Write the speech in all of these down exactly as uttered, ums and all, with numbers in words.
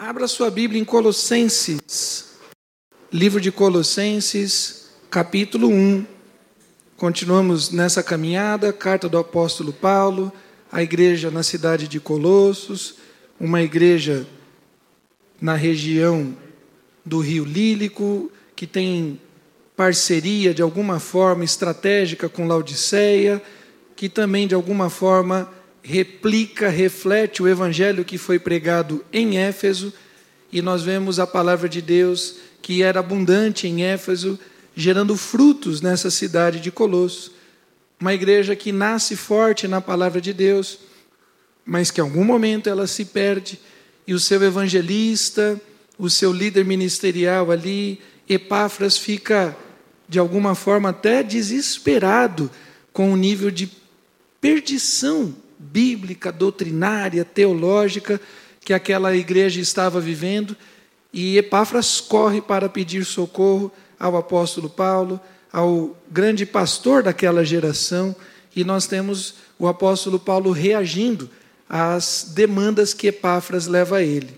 Abra sua Bíblia em Colossenses, livro de Colossenses, capítulo um. Continuamos nessa caminhada, carta do apóstolo Paulo, à igreja na cidade de Colossos, uma igreja na região do Rio Lílico, que tem parceria de alguma forma estratégica com Laodiceia, que também de alguma forma replica, reflete o evangelho que foi pregado em Éfeso, e nós vemos a palavra de Deus que era abundante em Éfeso, gerando frutos nessa cidade de Colossos. Uma igreja que nasce forte na palavra de Deus, mas que em algum momento ela se perde, e o seu evangelista, o seu líder ministerial ali, Epáfras, fica de alguma forma até desesperado com o nível de perdição bíblica, doutrinária, teológica que aquela igreja estava vivendo, e Epáfras corre para pedir socorro ao apóstolo Paulo, ao grande pastor daquela geração, e nós temos o apóstolo Paulo reagindo às demandas que Epáfras leva a ele.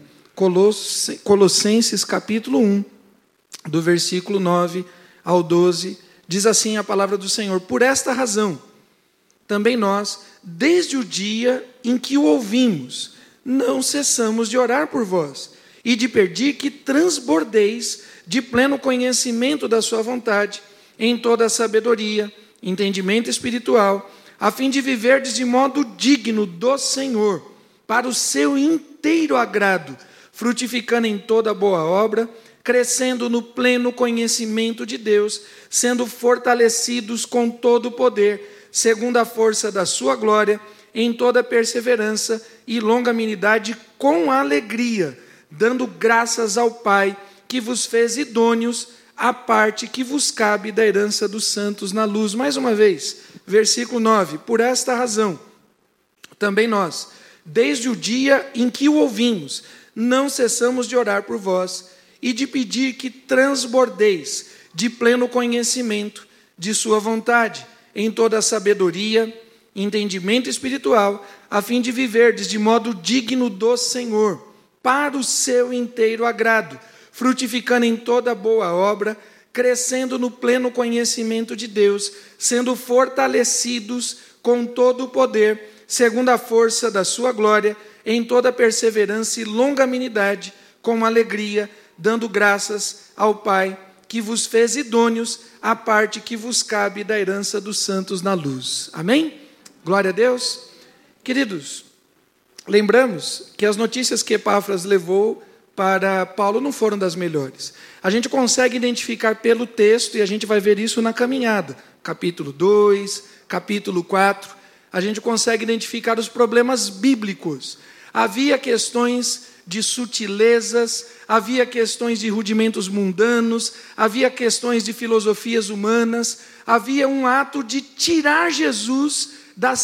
Colossenses capítulo um, do versículo nove ao doze, diz assim a palavra do Senhor: por esta razão, também nós, desde o dia em que o ouvimos, não cessamos de orar por vós e de pedir que transbordeis de pleno conhecimento da sua vontade, em toda a sabedoria, entendimento espiritual, a fim de viverdes de modo digno do Senhor, para o seu inteiro agrado, frutificando em toda boa obra, crescendo no pleno conhecimento de Deus, sendo fortalecidos com todo o poder, segundo a força da sua glória, em toda perseverança e longanimidade, com alegria, dando graças ao Pai, que vos fez idôneos à parte que vos cabe da herança dos santos na luz. Mais uma vez, versículo nove. Por esta razão, também nós, desde o dia em que o ouvimos, não cessamos de orar por vós e de pedir que transbordeis de pleno conhecimento de sua vontade, em toda a sabedoria, entendimento espiritual, a fim de viverdes de modo digno do Senhor, para o seu inteiro agrado, frutificando em toda boa obra, crescendo no pleno conhecimento de Deus, sendo fortalecidos com todo o poder, segundo a força da sua glória, em toda perseverança e longanimidade, com alegria, dando graças ao Pai, que vos fez idôneos à parte que vos cabe da herança dos santos na luz. Amém? Glória a Deus. Queridos, lembramos que as notícias que Epáfras levou para Paulo não foram das melhores. A gente consegue identificar pelo texto, e a gente vai ver isso na caminhada. Capítulo dois, capítulo quatro, a gente consegue identificar os problemas bíblicos. Havia questões de sutilezas, havia questões de rudimentos mundanos, havia questões de filosofias humanas, havia um ato de tirar Jesus da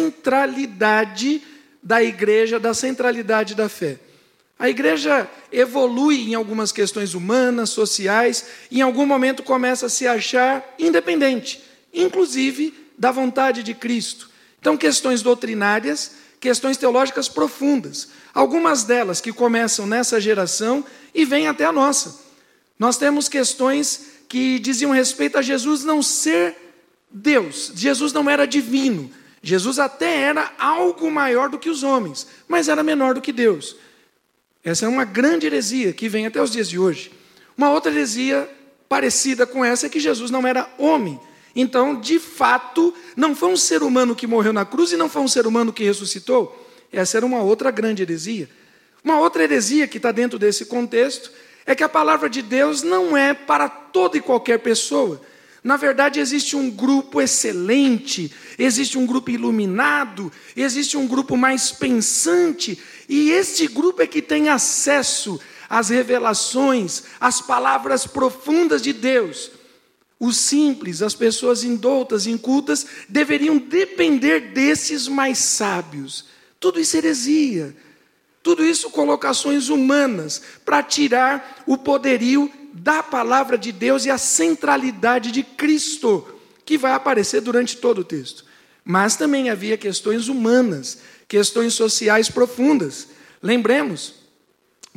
centralidade da igreja, da centralidade da fé. A igreja evolui em algumas questões humanas, sociais, e em algum momento começa a se achar independente, inclusive da vontade de Cristo. Então, questões doutrinárias, questões teológicas profundas, algumas delas que começam nessa geração e vêm até a nossa. Nós temos questões que diziam respeito a Jesus não ser Deus. Jesus não era divino. Jesus até era algo maior do que os homens, mas era menor do que Deus. Essa é uma grande heresia que vem até os dias de hoje. Uma outra heresia parecida com essa é que Jesus não era homem. Então, de fato, não foi um ser humano que morreu na cruz e não foi um ser humano que ressuscitou. Essa era uma outra grande heresia. Uma outra heresia que está dentro desse contexto é que a palavra de Deus não é para toda e qualquer pessoa. Na verdade, existe um grupo excelente, existe um grupo iluminado, existe um grupo mais pensante, e este grupo é que tem acesso às revelações, às palavras profundas de Deus. Os simples, as pessoas indoutas, incultas, deveriam depender desses mais sábios. Tudo isso é heresia. Tudo isso colocações humanas para tirar o poderio da palavra de Deus e a centralidade de Cristo, que vai aparecer durante todo o texto. Mas também havia questões humanas, questões sociais profundas. Lembremos,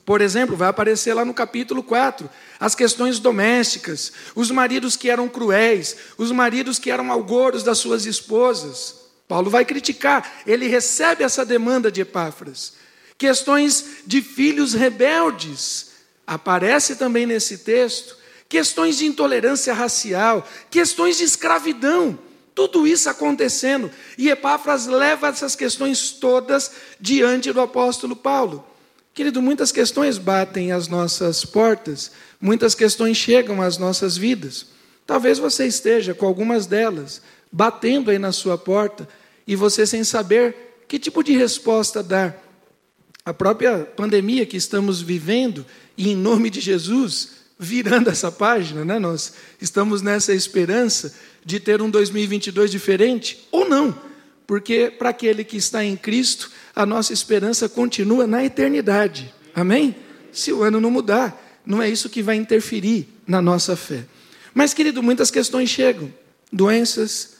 Por exemplo, vai aparecer lá no capítulo quatro, as questões domésticas, os maridos que eram cruéis, os maridos que eram algoros das suas esposas. Paulo vai criticar, ele recebe essa demanda de Epáfras. Questões de filhos rebeldes, aparece também nesse texto. Questões de intolerância racial, questões de escravidão, tudo isso acontecendo. E Epáfras leva essas questões todas diante do apóstolo Paulo. Querido, muitas questões batem às nossas portas, muitas questões chegam às nossas vidas. Talvez você esteja com algumas delas batendo aí na sua porta e você sem saber que tipo de resposta dar. A própria pandemia que estamos vivendo, e em nome de Jesus, virando essa página, né? Nós estamos nessa esperança de ter um dois mil e vinte e dois diferente, ou não, porque para aquele que está em Cristo, a nossa esperança continua na eternidade, amém? Se o ano não mudar, não é isso que vai interferir na nossa fé. Mas, querido, muitas questões chegam, doenças,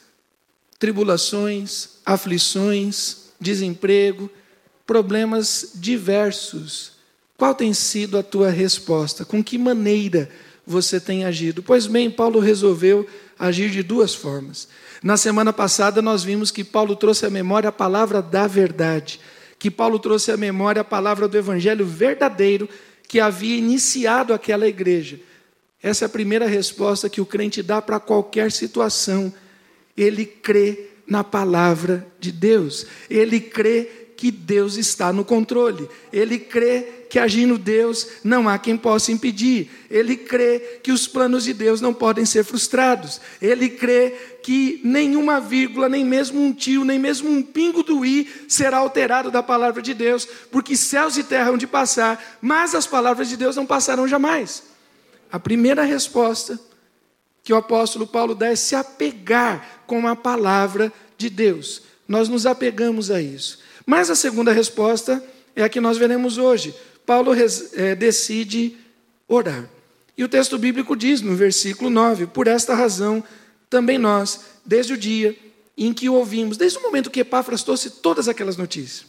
tribulações, aflições, desemprego, problemas diversos. Qual tem sido a tua resposta? Com que maneira você tem agido? Pois bem, Paulo resolveu agir de duas formas. Na semana passada nós vimos que Paulo trouxe à memória a palavra da verdade, que Paulo trouxe à memória a palavra do evangelho verdadeiro que havia iniciado aquela igreja. Essa é a primeira resposta que o crente dá para qualquer situação. Ele crê na palavra de Deus, ele crê que Deus está no controle, ele crê que agindo Deus não há quem possa impedir, ele crê que os planos de Deus não podem ser frustrados, ele crê que nenhuma vírgula, nem mesmo um tio, nem mesmo um pingo do i será alterado da palavra de Deus, porque céus e terra hão de passar, mas as palavras de Deus não passarão jamais. A primeira resposta que o apóstolo Paulo dá é se apegar com a palavra de Deus. Nós nos apegamos a isso. Mas a segunda resposta é a que nós veremos hoje. Paulo é, decide orar. E o texto bíblico diz no versículo nove, por esta razão, também nós, desde o dia em que o ouvimos, desde o momento que Epáfras trouxe todas aquelas notícias,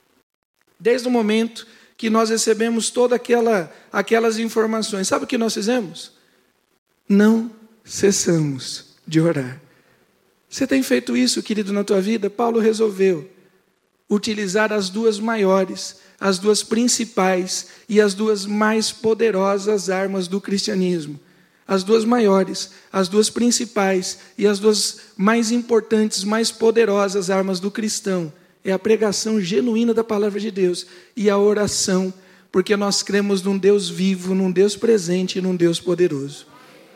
desde o momento que nós recebemos todas aquela, aquelas informações, sabe o que nós fizemos? Não cessamos de orar. Você tem feito isso, querido, na tua vida? Paulo resolveu utilizar as duas maiores, as duas principais e as duas mais poderosas armas do cristianismo. As duas maiores, as duas principais e as duas mais importantes, mais poderosas armas do cristão é a pregação genuína da palavra de Deus e a oração, porque nós cremos num Deus vivo, num Deus presente e num Deus poderoso.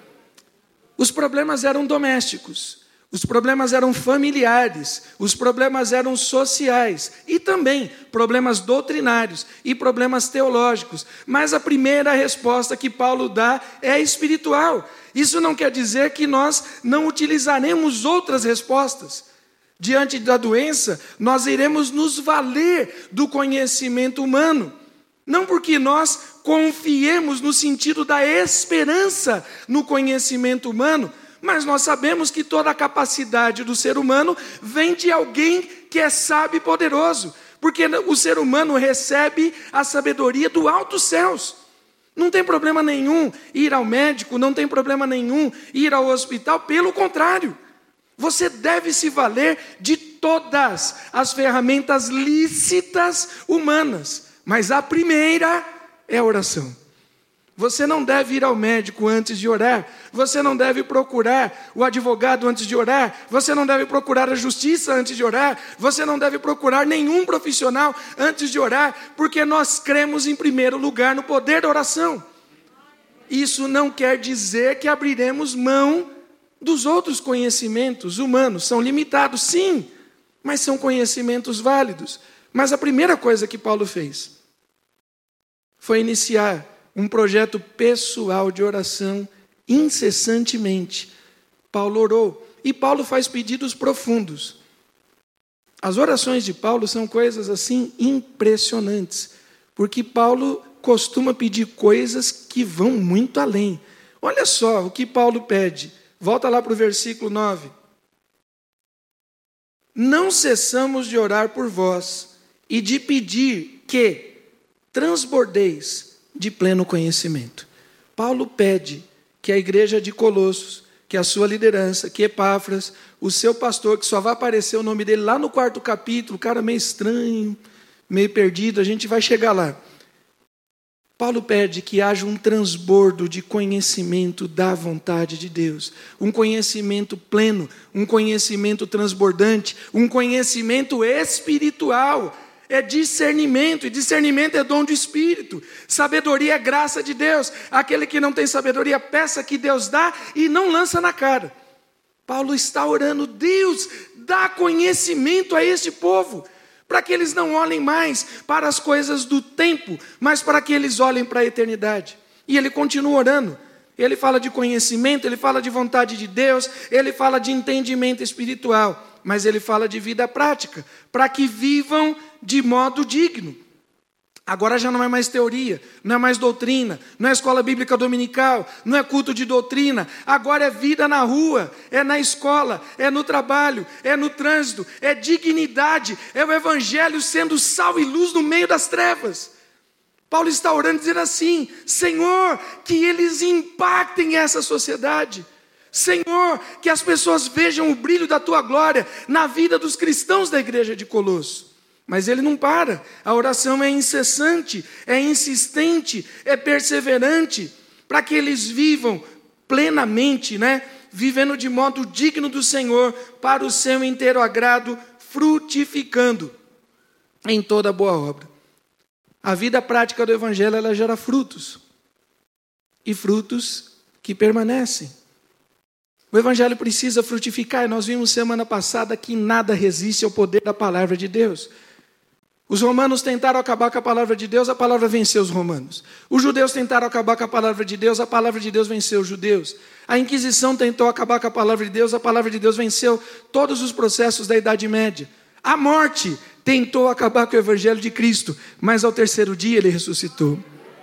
Os problemas eram domésticos. Os problemas eram familiares, os problemas eram sociais e também problemas doutrinários e problemas teológicos. Mas a primeira resposta que Paulo dá é espiritual. Isso não quer dizer que nós não utilizaremos outras respostas. Diante da doença, nós iremos nos valer do conhecimento humano. Não porque nós confiemos no sentido da esperança no conhecimento humano, mas nós sabemos que toda a capacidade do ser humano vem de alguém que é sábio e poderoso, porque o ser humano recebe a sabedoria do alto céus. Não tem problema nenhum ir ao médico, não tem problema nenhum ir ao hospital, pelo contrário, você deve se valer de todas as ferramentas lícitas humanas, mas a primeira é a oração. Você não deve ir ao médico antes de orar, você não deve procurar o advogado antes de orar, você não deve procurar a justiça antes de orar, você não deve procurar nenhum profissional antes de orar, porque nós cremos em primeiro lugar no poder da oração. Isso não quer dizer que abriremos mão dos outros conhecimentos humanos, são limitados, sim, mas são conhecimentos válidos. Mas a primeira coisa que Paulo fez foi iniciar um projeto pessoal de oração incessantemente. Paulo orou, e Paulo faz pedidos profundos. As orações de Paulo são coisas assim impressionantes, porque Paulo costuma pedir coisas que vão muito além. Olha só o que Paulo pede, volta lá para o versículo nove. Não cessamos de orar por vós e de pedir que transbordeis de pleno conhecimento. Paulo pede que a igreja de Colossos, que a sua liderança, que Epáfras, o seu pastor, que só vai aparecer o nome dele lá no quarto capítulo, cara meio estranho, meio perdido, a gente vai chegar lá. Paulo pede que haja um transbordo de conhecimento da vontade de Deus, um conhecimento pleno, um conhecimento transbordante, um conhecimento espiritual. É discernimento, e discernimento é dom do Espírito. Sabedoria é graça de Deus. Aquele que não tem sabedoria, peça que Deus dá e não lança na cara. Paulo está orando, Deus, dá conhecimento a este povo, para que eles não olhem mais para as coisas do tempo, mas para que eles olhem para a eternidade. E ele continua orando. Ele fala de conhecimento, ele fala de vontade de Deus, ele fala de entendimento espiritual, mas ele fala de vida prática, para que vivam de modo digno. Agora já não é mais teoria, não é mais doutrina, não é escola bíblica dominical, não é culto de doutrina, agora é vida na rua, é na escola, é no trabalho, é no trânsito, é dignidade, é o evangelho sendo sal e luz no meio das trevas. Paulo está orando dizendo assim, Senhor, que eles impactem essa sociedade. Senhor, que as pessoas vejam o brilho da tua glória na vida dos cristãos da igreja de Colossos. Mas ele não para, a oração é incessante, é insistente, é perseverante, para que eles vivam plenamente, né? Vivendo de modo digno do Senhor, para o seu inteiro agrado, frutificando em toda boa obra. A vida prática do Evangelho, ela gera frutos, e frutos que permanecem. O Evangelho precisa frutificar, e nós vimos semana passada que nada resiste ao poder da palavra de Deus. Os romanos tentaram acabar com a palavra de Deus, a palavra venceu os romanos. Os judeus tentaram acabar com a palavra de Deus, a palavra de Deus venceu os judeus. A Inquisição tentou acabar com a palavra de Deus, a palavra de Deus venceu todos os processos da Idade Média. A morte tentou acabar com o Evangelho de Cristo, mas ao terceiro dia ele ressuscitou.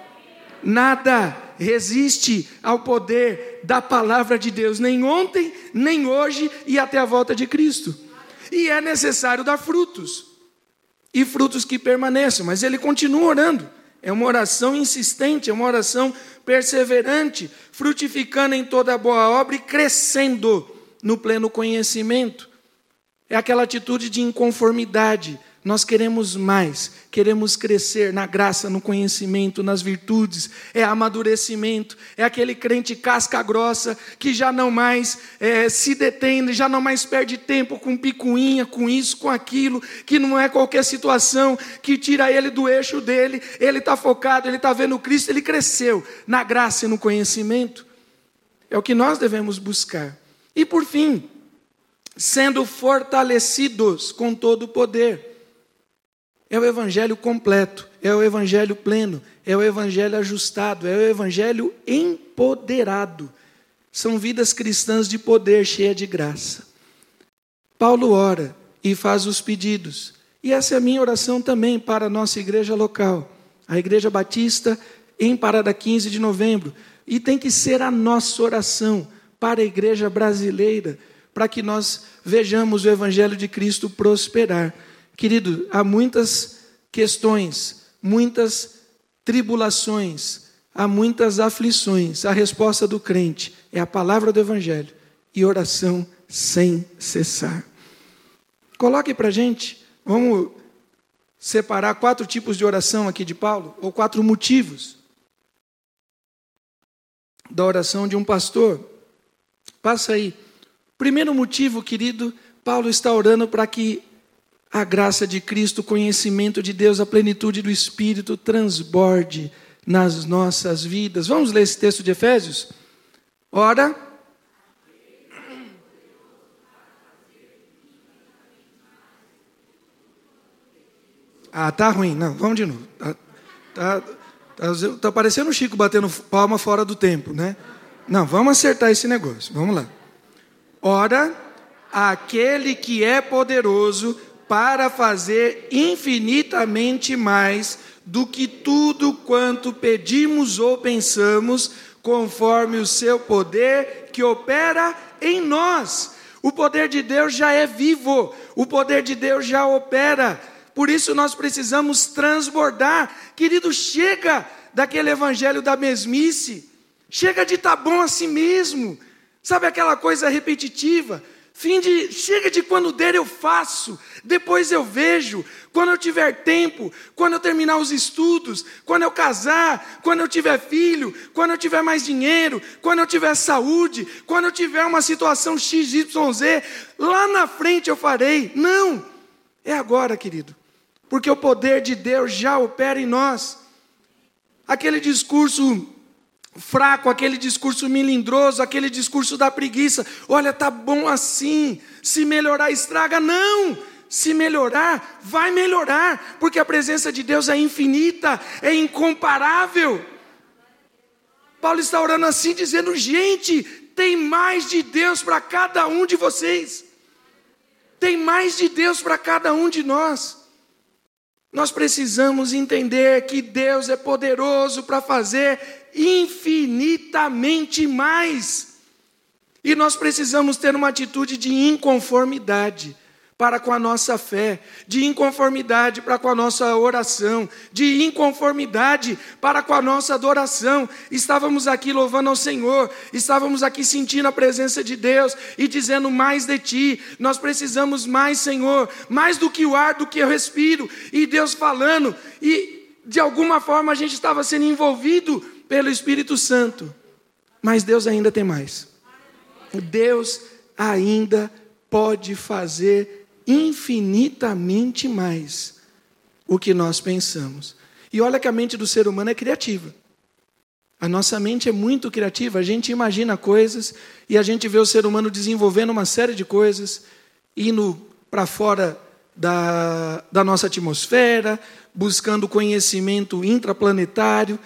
Nada resiste ao poder da palavra de Deus, nem ontem, nem hoje e até a volta de Cristo. E é necessário dar frutos. E frutos que permaneçam, mas ele continua orando, é uma oração insistente, é uma oração perseverante, frutificando em toda a boa obra e crescendo no pleno conhecimento. É aquela atitude de inconformidade, nós queremos mais, queremos crescer na graça, no conhecimento, nas virtudes, é amadurecimento, é aquele crente casca grossa que já não mais é, se detém, já não mais perde tempo com picuinha, com isso, com aquilo, que não é qualquer situação que tira ele do eixo dele, ele está focado, ele está vendo Cristo, ele cresceu na graça e no conhecimento, é o que nós devemos buscar. E por fim, sendo fortalecidos com todo o poder. É o evangelho completo, é o evangelho pleno, é o evangelho ajustado, é o evangelho empoderado. São vidas cristãs de poder, cheia de graça. Paulo ora e faz os pedidos. E essa é a minha oração também para a nossa igreja local, a Igreja Batista em Parada quinze de novembro. E tem que ser a nossa oração para a igreja brasileira, para que nós vejamos o evangelho de Cristo prosperar. Querido, há muitas questões, muitas tribulações, há muitas aflições. A resposta do crente é a palavra do evangelho e oração sem cessar. Coloque para a gente, vamos separar quatro tipos de oração aqui de Paulo, ou quatro motivos da oração de um pastor. Passa aí. Primeiro motivo, querido, Paulo está orando para que a graça de Cristo, o conhecimento de Deus, a plenitude do Espírito transborde nas nossas vidas. Vamos ler esse texto de Efésios? Ora. Ah, tá ruim. Não, vamos de novo. Tá, tá, tá, tá parecendo o Chico batendo palma fora do tempo, né? Não, vamos acertar esse negócio. Vamos lá. Ora, aquele que é poderoso para fazer infinitamente mais do que tudo quanto pedimos ou pensamos, conforme o seu poder que opera em nós. O poder de Deus já é vivo, o poder de Deus já opera. Por isso nós precisamos transbordar. Querido, chega daquele evangelho da mesmice. Chega de tá bom assim mesmo. Sabe aquela coisa repetitiva? Fim de, chega de quando der eu faço, depois eu vejo, quando eu tiver tempo, quando eu terminar os estudos, quando eu casar, quando eu tiver filho, quando eu tiver mais dinheiro, quando eu tiver saúde, quando eu tiver uma situação X Y Z, lá na frente eu farei. Não, é agora, querido, porque o poder de Deus já opera em nós. Aquele discurso fraco, aquele discurso melindroso, aquele discurso da preguiça, olha, tá bom assim, se melhorar estraga, não, se melhorar, vai melhorar, porque a presença de Deus é infinita, é incomparável. Paulo está orando assim, dizendo, gente, tem mais de Deus para cada um de vocês, tem mais de Deus para cada um de nós. Nós precisamos entender que Deus é poderoso para fazer infinitamente mais. E nós precisamos ter uma atitude de inconformidade para com a nossa fé, de inconformidade para com a nossa oração, de inconformidade para com a nossa adoração. Estávamos aqui louvando ao Senhor, estávamos aqui sentindo a presença de Deus e dizendo mais de Ti. Nós precisamos mais, Senhor, mais do que o ar, do que eu respiro. E Deus falando, e de alguma forma a gente estava sendo envolvido pelo Espírito Santo. Mas Deus ainda tem mais. Deus ainda pode fazer infinitamente mais o que nós pensamos. E olha que a mente do ser humano é criativa. A nossa mente é muito criativa. A gente imagina coisas e a gente vê o ser humano desenvolvendo uma série de coisas, indo para fora da, da nossa atmosfera, buscando conhecimento intraplanetário.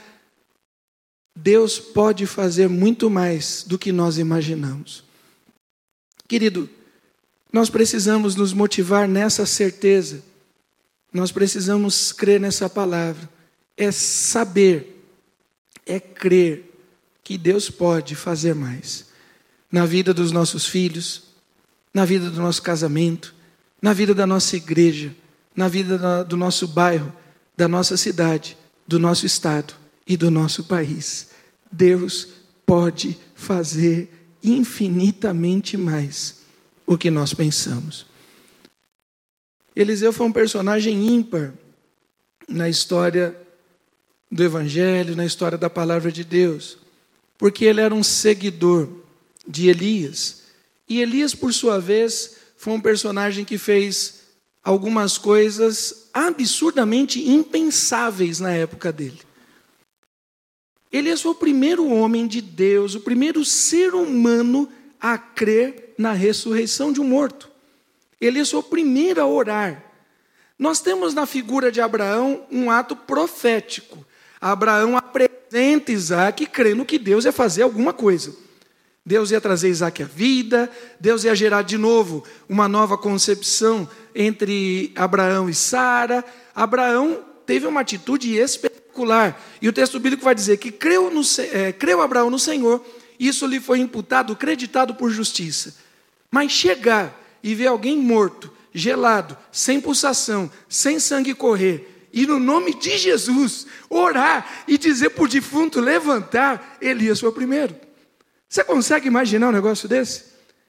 Deus pode fazer muito mais do que nós imaginamos. Querido, nós precisamos nos motivar nessa certeza. Nós precisamos crer nessa palavra. É saber, é crer que Deus pode fazer mais. Na vida dos nossos filhos, na vida do nosso casamento, na vida da nossa igreja, na vida do nosso bairro, da nossa cidade, do nosso estado e do nosso país. Deus pode fazer infinitamente mais o que nós pensamos. Eliseu foi um personagem ímpar na história do Evangelho, na história da palavra de Deus, porque ele era um seguidor de Elias. E Elias, por sua vez, foi um personagem que fez algumas coisas absurdamente impensáveis na época dele. Elias foi o primeiro homem de Deus, o primeiro ser humano a crer na ressurreição de um morto. Elias foi o primeiro a orar. Nós temos na figura de Abraão um ato profético. Abraão apresenta Isaac crendo que Deus ia fazer alguma coisa. Deus ia trazer Isaac à vida, Deus ia gerar de novo uma nova concepção entre Abraão e Sara. Abraão teve uma atitude espetacular. E o texto bíblico vai dizer que creu, no, é, creu Abraão no Senhor, isso lhe foi imputado, creditado por justiça. Mas chegar e ver alguém morto, gelado, sem pulsação, sem sangue correr, e no nome de Jesus, orar e dizer para o defunto levantar, Elias foi o primeiro. Você consegue imaginar um negócio desse?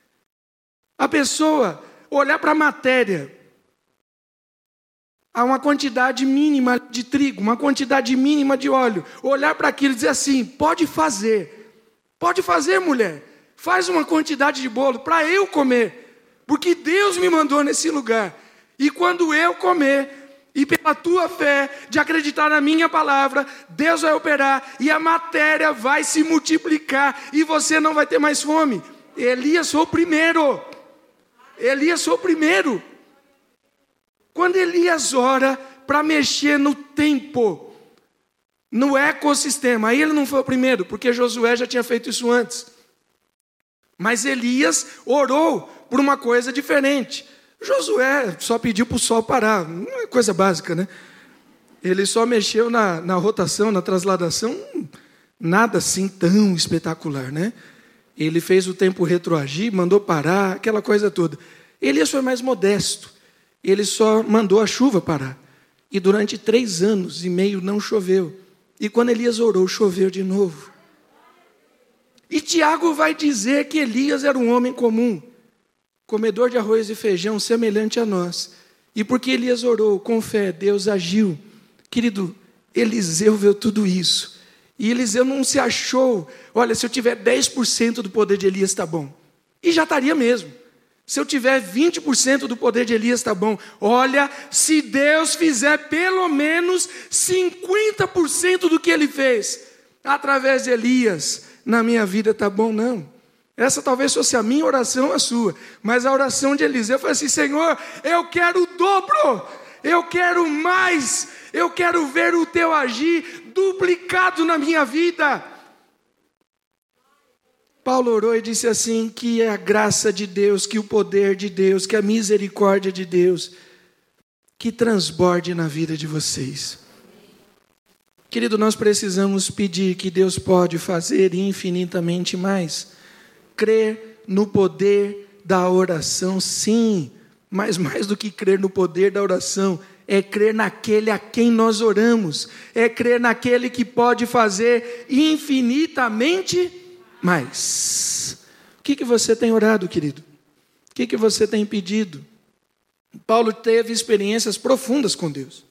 A pessoa olhar para a matéria, há uma quantidade mínima de trigo, uma quantidade mínima de óleo, olhar para aquilo e dizer assim, pode fazer, pode fazer, mulher, faz uma quantidade de bolo para eu comer, porque Deus me mandou nesse lugar, e quando eu comer, e pela tua fé de acreditar na minha palavra, Deus vai operar e a matéria vai se multiplicar e você não vai ter mais fome. Elias foi o primeiro. Elias foi o primeiro. Quando Elias ora para mexer no tempo, no ecossistema, aí ele não foi o primeiro, porque Josué já tinha feito isso antes. Mas Elias orou por uma coisa diferente. Josué só pediu para o sol parar, não é coisa básica, né? Ele só mexeu na, na rotação, na transladação, nada assim tão espetacular, né? Ele fez o tempo retroagir, mandou parar, aquela coisa toda. Elias foi mais modesto, ele só mandou a chuva parar. E durante três anos e meio não choveu. E quando Elias orou, choveu de novo. E Tiago vai dizer que Elias era um homem comum, comedor de arroz e feijão, semelhante a nós. E porque Elias orou com fé, Deus agiu. Querido, Eliseu viu tudo isso. E Eliseu não se achou, olha, se eu tiver dez por cento do poder de Elias, está bom. E já estaria mesmo. Se eu tiver vinte por cento do poder de Elias, está bom. Olha, se Deus fizer pelo menos cinquenta por cento do que ele fez, através de Elias, na minha vida está bom, não. Essa talvez fosse a minha oração, a sua. Mas a oração de Eliseu foi assim: Senhor, eu quero o dobro, eu quero mais, eu quero ver o teu agir duplicado na minha vida. Paulo orou e disse assim, que é a graça de Deus, que o poder de Deus, que a misericórdia de Deus, que transborde na vida de vocês. Querido, nós precisamos pedir que Deus pode fazer infinitamente mais. Crer no poder da oração, sim, mas mais do que crer no poder da oração, é crer naquele a quem nós oramos, é crer naquele que pode fazer infinitamente mais. O que, que você tem orado, querido? O que, que você tem pedido? Paulo teve experiências profundas com Deus.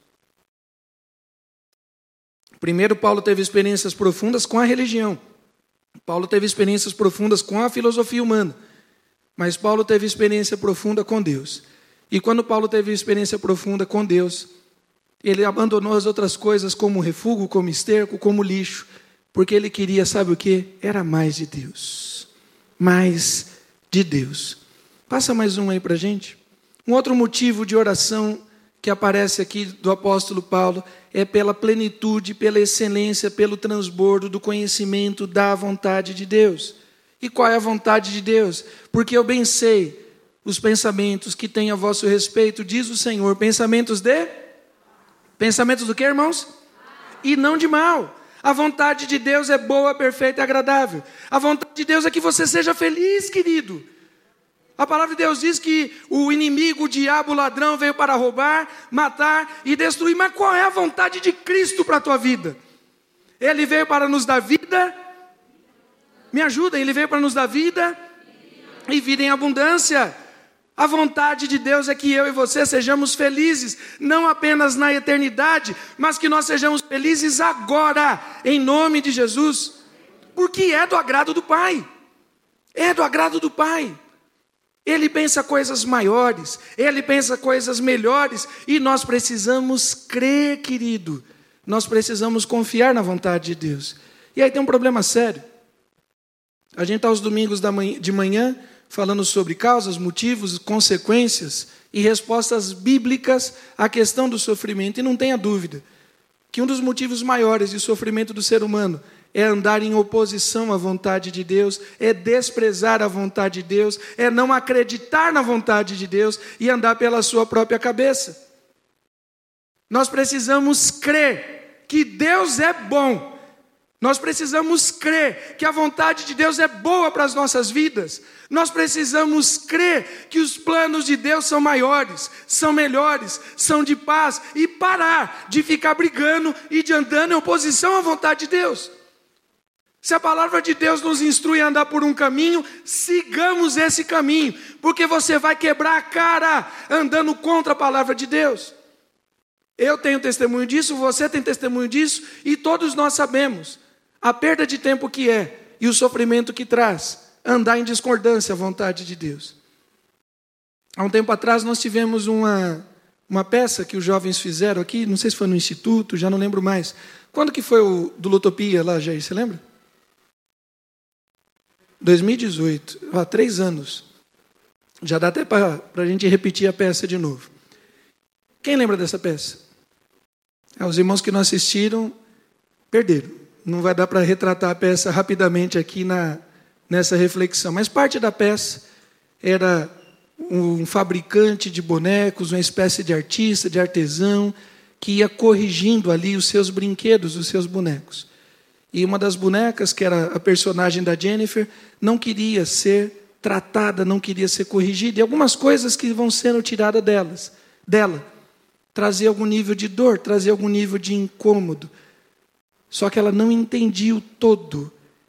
Primeiro, Paulo teve experiências profundas com a religião. Paulo teve experiências profundas com a filosofia humana. Mas Paulo teve experiência profunda com Deus. E quando Paulo teve experiência profunda com Deus, ele abandonou as outras coisas como refúgio, como esterco, como lixo. Porque ele queria, sabe o que? Era mais de Deus. Mais de Deus. Passa mais um aí para a gente. Um outro motivo de oração que aparece aqui do apóstolo Paulo é pela plenitude, pela excelência, pelo transbordo do conhecimento da vontade de Deus. E qual é a vontade de Deus? Porque eu bem sei os pensamentos que tenho a vosso respeito, diz o Senhor, pensamentos de? Pensamentos do que, irmãos? E não de mal. A vontade de Deus é boa, perfeita e agradável. A vontade de Deus é que você seja feliz, querido. A palavra de Deus diz que o inimigo, o diabo, o ladrão veio para roubar, matar e destruir. Mas qual é a vontade de Cristo para a tua vida? Ele veio para nos dar vida. Me ajuda, ele veio para nos dar vida e vida em abundância. A vontade de Deus é que eu e você sejamos felizes, não apenas na eternidade, mas que nós sejamos felizes agora, em nome de Jesus. Porque é do agrado do Pai. É do agrado do Pai. Ele pensa coisas maiores, Ele pensa coisas melhores, e nós precisamos crer, querido. Nós precisamos confiar na vontade de Deus. E aí tem um problema sério. A gente está aos domingos de manhã falando sobre causas, motivos, consequências e respostas bíblicas à questão do sofrimento. E não tenha dúvida que um dos motivos maiores de sofrimento do ser humano é andar em oposição à vontade de Deus, é desprezar a vontade de Deus, é não acreditar na vontade de Deus e andar pela sua própria cabeça. Nós precisamos crer que Deus é bom. Nós precisamos crer que a vontade de Deus é boa para as nossas vidas. Nós precisamos crer que os planos de Deus são maiores, são melhores, são de paz, e parar de ficar brigando e de andando em oposição à vontade de Deus. Se a palavra de Deus nos instrui a andar por um caminho, sigamos esse caminho, porque você vai quebrar a cara andando contra a palavra de Deus. Eu tenho testemunho disso, você tem testemunho disso, e todos nós sabemos a perda de tempo que é e o sofrimento que traz andar em discordância à vontade de Deus. Há um tempo atrás nós tivemos uma, uma peça que os jovens fizeram aqui, não sei se foi no Instituto, já não lembro mais. Quando que foi o do Lutopia lá, Jair, você lembra? dois mil e dezoito, há três anos. Já dá até para a gente repetir a peça de novo. Quem lembra dessa peça? É, os irmãos que não assistiram, perderam. Não vai dar para retratar a peça rapidamente aqui na, nessa reflexão. Mas parte da peça era um fabricante de bonecos, uma espécie de artista, de artesão, que ia corrigindo ali os seus brinquedos, os seus bonecos. E uma das bonecas, que era a personagem da Jennifer, não queria ser tratada, não queria ser corrigida. E algumas coisas que vão sendo tiradas delas, dela, trazer algum nível de dor, trazer algum nível de incômodo. só que ela não entendia o todo.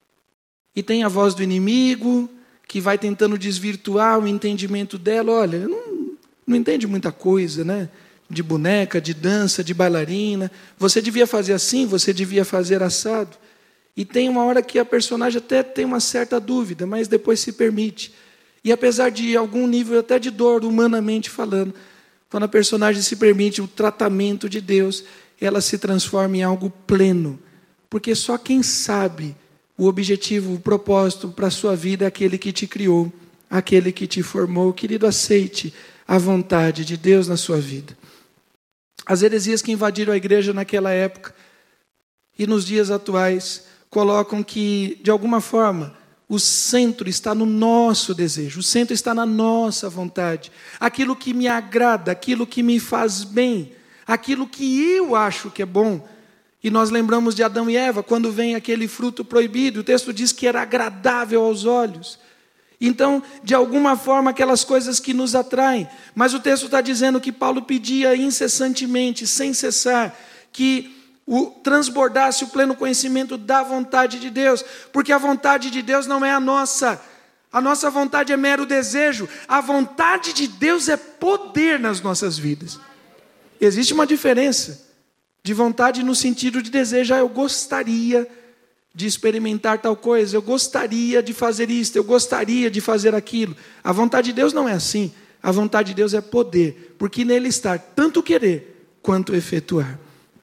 E tem a voz do inimigo, que vai tentando desvirtuar o entendimento dela. Olha, não, não entende muita coisa, né? De boneca, de dança, de bailarina. Você devia fazer assim, você devia fazer assado. E tem uma hora que a personagem até tem uma certa dúvida, mas depois se permite. E apesar de algum nível até de dor, humanamente falando, quando a personagem se permite o tratamento de Deus, ela se transforma em algo pleno. Porque só quem sabe o objetivo, o propósito para a sua vida é aquele que te criou, aquele que te formou. Querido, aceite a vontade de Deus na sua vida. As heresias que invadiram a igreja naquela época e nos dias atuais colocam que, de alguma forma, o centro está no nosso desejo, o centro está na nossa vontade. Aquilo que me agrada, aquilo que me faz bem, aquilo que eu acho que é bom. E nós lembramos de Adão e Eva, quando vem aquele fruto proibido, o texto diz que era agradável aos olhos. Então, de alguma forma, aquelas coisas que nos atraem. Mas o texto está dizendo que Paulo pedia incessantemente, sem cessar, que o, transbordasse o pleno conhecimento da vontade de Deus. Porque a vontade de Deus não é a nossa. A nossa vontade é mero desejo. A vontade de Deus é poder nas nossas vidas. Existe uma diferença de vontade no sentido de desejo. Ah, eu gostaria de experimentar tal coisa, eu gostaria de fazer isso, eu gostaria de fazer aquilo. A vontade de Deus não é assim. A vontade de Deus é poder, porque nele está tanto querer quanto efetuar.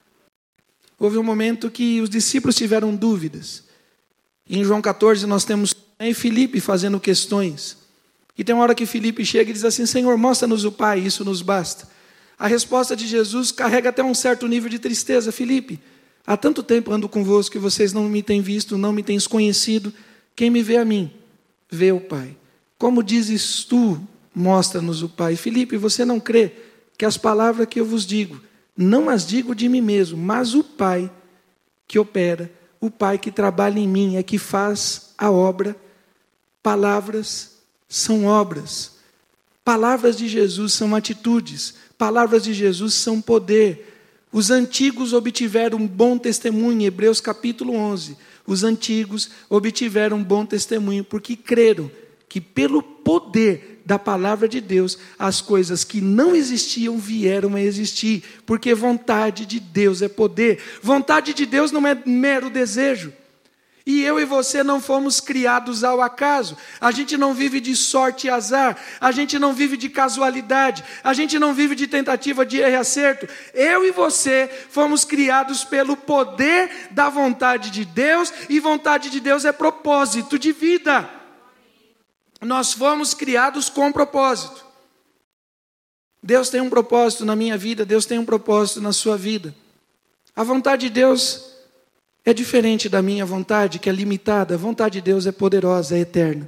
Houve um momento que os discípulos tiveram dúvidas. Em João catorze nós temos aí Filipe fazendo questões. E tem uma hora que Filipe chega e diz assim: Senhor, mostra-nos o Pai, isso nos basta. A resposta de Jesus carrega até um certo nível de tristeza. Filipe, há tanto tempo ando convosco que vocês não me têm visto, não me têm conhecido. Quem me vê a mim, vê o Pai. Como dizes tu, mostra-nos o Pai. Filipe, você não crê que as palavras que eu vos digo, não as digo de mim mesmo, mas o Pai que opera, o Pai que trabalha em mim, é que faz a obra. Palavras são obras. Palavras de Jesus são atitudes. Palavras de Jesus são poder. Os antigos obtiveram um bom testemunho, em Hebreus capítulo onze. Os antigos obtiveram um bom testemunho, porque creram que pelo poder da palavra de Deus, as coisas que não existiam vieram a existir, porque vontade de Deus é poder. Vontade de Deus não é mero desejo. E eu e você não fomos criados ao acaso. A gente não vive de sorte e azar. A gente não vive de casualidade. A gente não vive de tentativa de erro e acerto. Eu e você fomos criados pelo poder da vontade de Deus. E vontade de Deus é propósito de vida. Nós fomos criados com propósito. Deus tem um propósito na minha vida. Deus tem um propósito na sua vida. A vontade de Deus é diferente da minha vontade, que é limitada. A vontade de Deus é poderosa, é eterna.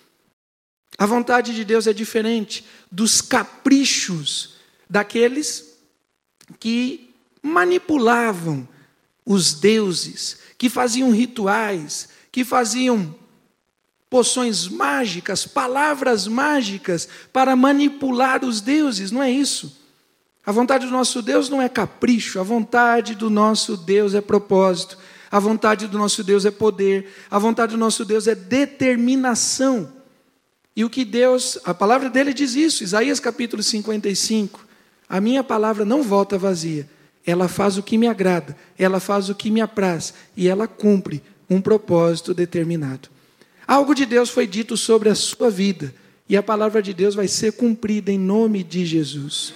A vontade de Deus é diferente dos caprichos daqueles que manipulavam os deuses, que faziam rituais, que faziam poções mágicas, palavras mágicas para manipular os deuses. Não é isso. A vontade do nosso Deus não é capricho. A vontade do nosso Deus é propósito. A vontade do nosso Deus é poder. A vontade do nosso Deus é determinação. E o que Deus, a palavra dele diz isso, Isaías capítulo cinquenta e cinco. A minha palavra não volta vazia. Ela faz o que me agrada, ela faz o que me apraz, e ela cumpre um propósito determinado. Algo de Deus foi dito sobre a sua vida, e a palavra de Deus vai ser cumprida em nome de Jesus.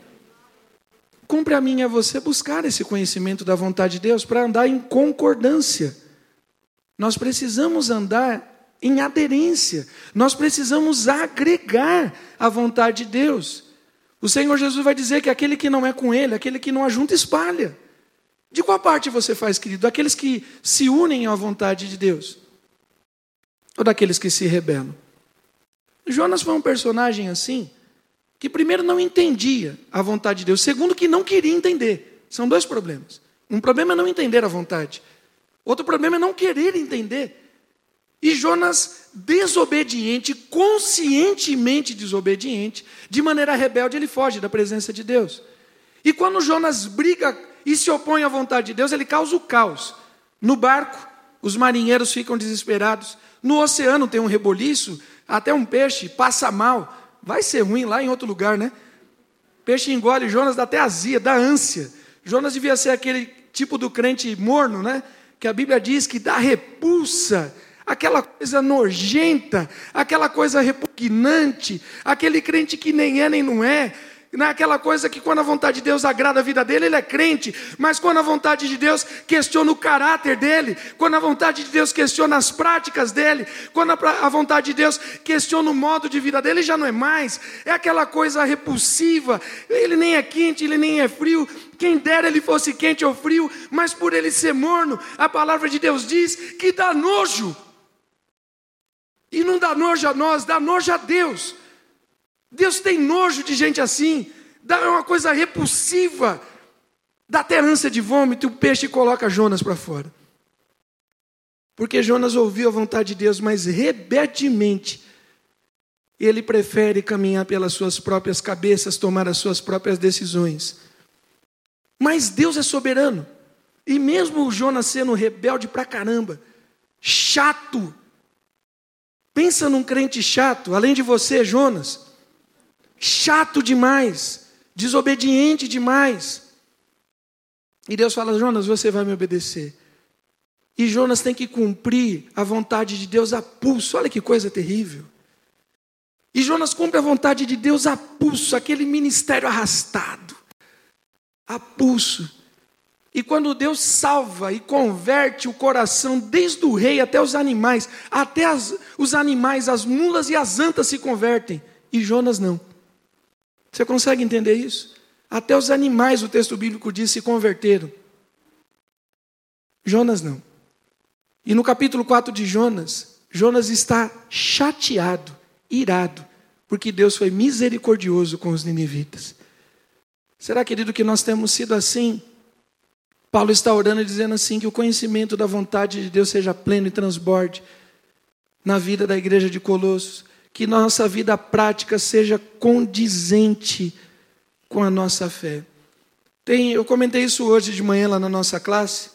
Cumpre a mim e a você buscar esse conhecimento da vontade de Deus para andar em concordância. Nós precisamos andar em aderência. Nós precisamos agregar a vontade de Deus. O Senhor Jesus vai dizer que aquele que não é com Ele, aquele que não ajunta, espalha. De qual parte você faz, querido? Daqueles que se unem à vontade de Deus? Ou daqueles que se rebelam? Jonas foi um personagem assim, que primeiro não entendia a vontade de Deus, segundo que não queria entender. São dois problemas. Um problema é não entender a vontade. Outro problema é não querer entender. E Jonas, desobediente, conscientemente desobediente, de maneira rebelde, ele foge da presença de Deus. E quando Jonas briga e se opõe à vontade de Deus, ele causa o caos. No barco, os marinheiros ficam desesperados. No oceano tem um reboliço, até um peixe passa mal. Vai ser ruim lá em outro lugar, né? Peixe engole Jonas, dá até azia, dá ânsia. Jonas devia ser aquele tipo do crente morno, né? Que a Bíblia diz que dá repulsa, aquela coisa nojenta, aquela coisa repugnante, aquele crente que nem é nem não é, aquela coisa que quando a vontade de Deus agrada a vida dele, ele é crente, mas quando a vontade de Deus questiona o caráter dele, quando a vontade de Deus questiona as práticas dele, quando a vontade de Deus questiona o modo de vida dele, já não é mais, é aquela coisa repulsiva, ele nem é quente, ele nem é frio, quem dera ele fosse quente ou frio, mas por ele ser morno, a palavra de Deus diz que dá nojo, e não dá nojo a nós, dá nojo a Deus. Deus tem nojo de gente assim, dá uma coisa repulsiva, dá até ânsia de vômito, e o peixe coloca Jonas para fora. Porque Jonas ouviu a vontade de Deus, mas rebeldemente, ele prefere caminhar pelas suas próprias cabeças, tomar as suas próprias decisões. Mas Deus é soberano, e mesmo o Jonas sendo rebelde pra caramba, chato, pensa num crente chato, além de você, Jonas, chato demais, desobediente demais. E Deus fala: Jonas, você vai me obedecer. E Jonas tem que cumprir a vontade de Deus a pulso. Olha que coisa terrível. E Jonas cumpre a vontade de Deus a pulso, aquele ministério arrastado, a pulso. E quando Deus salva e converte o coração, desde o rei até os animais, até as, os animais, as mulas e as antas se convertem, e Jonas não. Você consegue entender isso? Até os animais, o texto bíblico diz, se converteram. Jonas não. E no capítulo quatro de Jonas, Jonas está chateado, irado, porque Deus foi misericordioso com os ninivitas. Será, querido, que nós temos sido assim? Paulo está orando e dizendo assim, que o conhecimento da vontade de Deus seja pleno e transborde na vida da igreja de Colossos, que nossa vida prática seja condizente com a nossa fé. Tem, eu comentei isso hoje de manhã lá na nossa classe.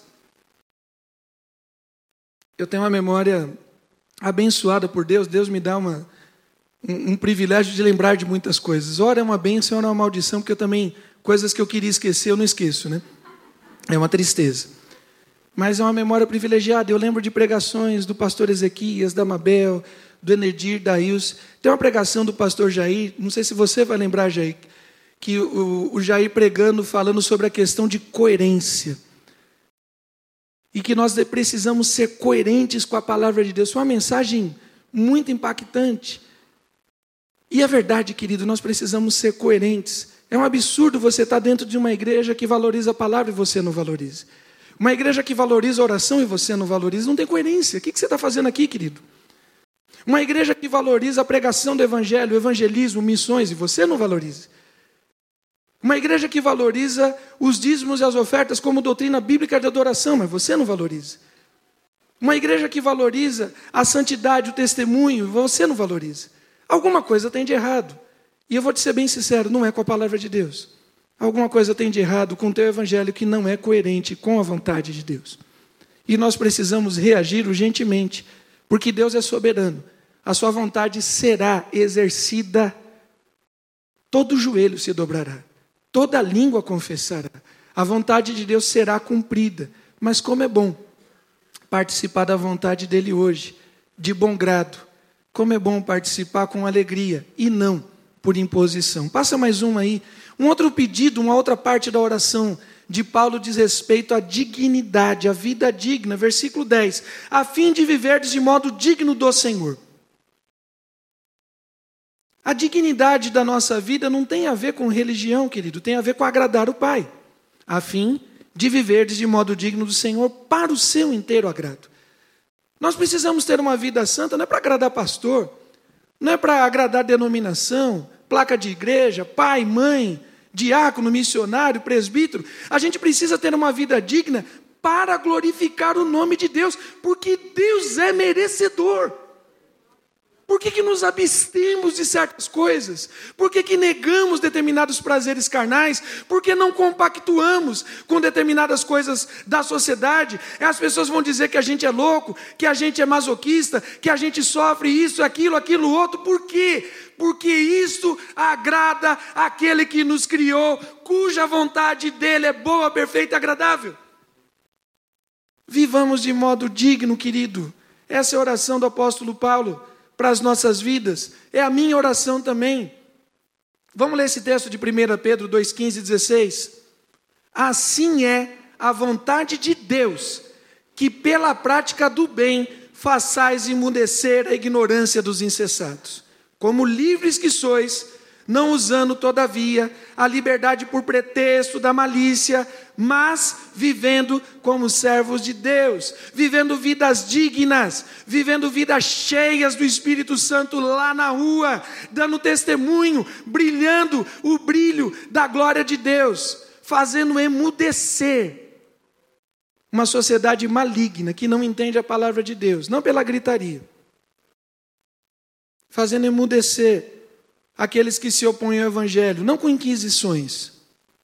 Eu tenho uma memória abençoada por Deus. Deus me dá uma, um, um privilégio de lembrar de muitas coisas. Ora é uma bênção, ora é uma maldição, porque eu também, coisas que eu queria esquecer, eu não esqueço, né? É uma tristeza. Mas é uma memória privilegiada. Eu lembro de pregações do pastor Ezequias, da Mabel, do Enedir, da Ilse. Tem uma pregação do pastor Jair, não sei se você vai lembrar, Jair, que o, o Jair pregando, falando sobre a questão de coerência. E que nós precisamos ser coerentes com a palavra de Deus. Foi uma mensagem muito impactante. E é verdade, querido, nós precisamos ser coerentes. É um absurdo você estar dentro de uma igreja que valoriza a palavra e você não valoriza. Uma igreja que valoriza a oração e você não valoriza. Não tem coerência. O que você está fazendo aqui, querido? Uma igreja que valoriza a pregação do evangelho, o evangelismo, missões, e você não valoriza. Uma igreja que valoriza os dízimos e as ofertas como doutrina bíblica de adoração, mas você não valoriza. Uma igreja que valoriza a santidade, o testemunho, você não valoriza. Alguma coisa tem de errado. E eu vou te ser bem sincero, não é com a palavra de Deus. Alguma coisa tem de errado com o teu evangelho que não é coerente com a vontade de Deus. E nós precisamos reagir urgentemente, porque Deus é soberano. A sua vontade será exercida, todo joelho se dobrará, toda língua confessará. A vontade de Deus será cumprida. Mas como é bom participar da vontade dele hoje, de bom grado. Como é bom participar com alegria e não por imposição. Passa mais um aí. Um outro pedido, uma outra parte da oração de Paulo diz respeito à dignidade, à vida digna. Versículo dez. A fim de viverdes de modo digno do Senhor. A dignidade da nossa vida não tem a ver com religião, querido. Tem a ver com agradar o Pai. A fim de viverdes de modo digno do Senhor para o seu inteiro agrado. Nós precisamos ter uma vida santa, não é para agradar pastor, não é para agradar denominação, placa de igreja, pai, mãe, diácono, missionário, presbítero. A gente precisa ter uma vida digna para glorificar o nome de Deus, porque Deus é merecedor. Por que que nos abstemos de certas coisas? Por que que negamos determinados prazeres carnais? Por que não compactuamos com determinadas coisas da sociedade? As pessoas vão dizer que a gente é louco, que a gente é masoquista, que a gente sofre isso, aquilo, aquilo, outro. Por quê? Porque isto agrada aquele que nos criou, cuja vontade dele é boa, perfeita e agradável. Vivamos de modo digno, querido. Essa é a oração do apóstolo Paulo para as nossas vidas. É a minha oração também. Vamos ler esse texto de primeira Pedro dois, quinze e dezesseis. Assim é a vontade de Deus, que pela prática do bem façais emudecer a ignorância dos insensatos. Como livres que sois, não usando todavia a liberdade por pretexto da malícia, mas vivendo como servos de Deus, vivendo vidas dignas, vivendo vidas cheias do Espírito Santo lá na rua, dando testemunho, brilhando o brilho da glória de Deus, fazendo emudecer uma sociedade maligna que não entende a palavra de Deus, não pela gritaria, fazendo emudecer aqueles que se opõem ao Evangelho, não com inquisições,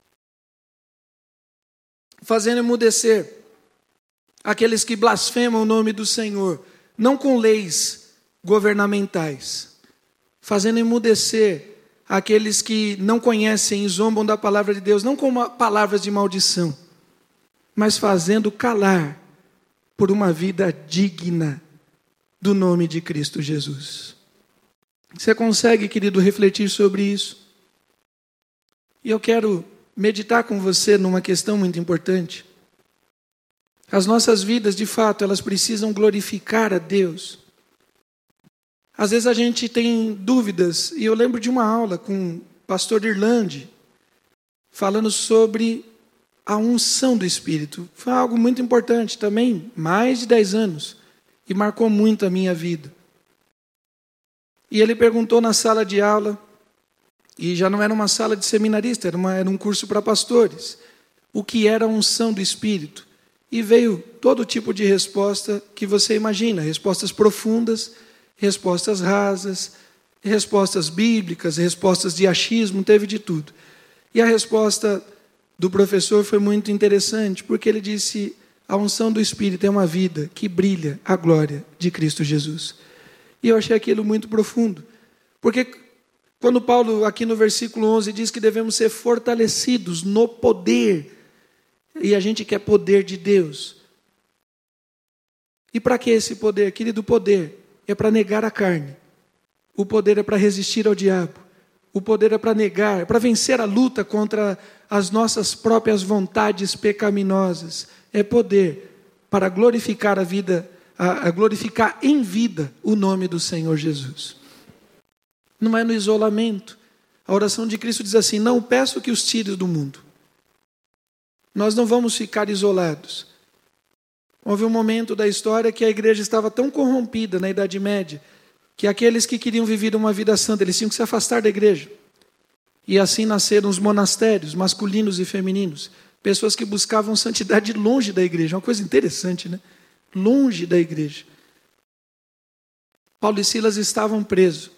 fazendo emudecer aqueles que blasfemam o nome do Senhor, não com leis governamentais, fazendo emudecer aqueles que não conhecem e zombam da palavra de Deus, não com palavras de maldição, mas fazendo calar por uma vida digna do nome de Cristo Jesus. Você consegue, querido, refletir sobre isso? E eu quero meditar com você numa questão muito importante. As nossas vidas, de fato, elas precisam glorificar a Deus. Às vezes a gente tem dúvidas, e eu lembro de uma aula com o pastor Irlande, falando sobre a unção do Espírito. Foi algo muito importante também, mais de dez anos, e marcou muito a minha vida. E ele perguntou na sala de aula, e já não era uma sala de seminarista, era, uma, era um curso para pastores, o que era a unção do Espírito. E veio todo tipo de resposta que você imagina, respostas profundas, respostas rasas, respostas bíblicas, respostas de achismo, teve de tudo. E a resposta do professor foi muito interessante, porque ele disse, a unção do Espírito é uma vida que brilha a glória de Cristo Jesus. E eu achei aquilo muito profundo, porque quando Paulo, aqui no versículo onze, diz que devemos ser fortalecidos no poder, e a gente quer poder de Deus. E para que esse poder? Querido, o poder é para negar a carne, o poder é para resistir ao diabo, o poder é para negar, é para vencer a luta contra as nossas próprias vontades pecaminosas, é poder para glorificar a vida, a glorificar em vida o nome do Senhor Jesus. Não é no isolamento. A oração de Cristo diz assim, não peço que os tires do mundo. Nós não vamos ficar isolados. Houve um momento da história que a igreja estava tão corrompida na Idade Média, que aqueles que queriam viver uma vida santa, eles tinham que se afastar da igreja. E assim nasceram os monastérios, masculinos e femininos. Pessoas que buscavam santidade longe da igreja. Uma coisa interessante, né? Longe da igreja. Paulo e Silas estavam presos.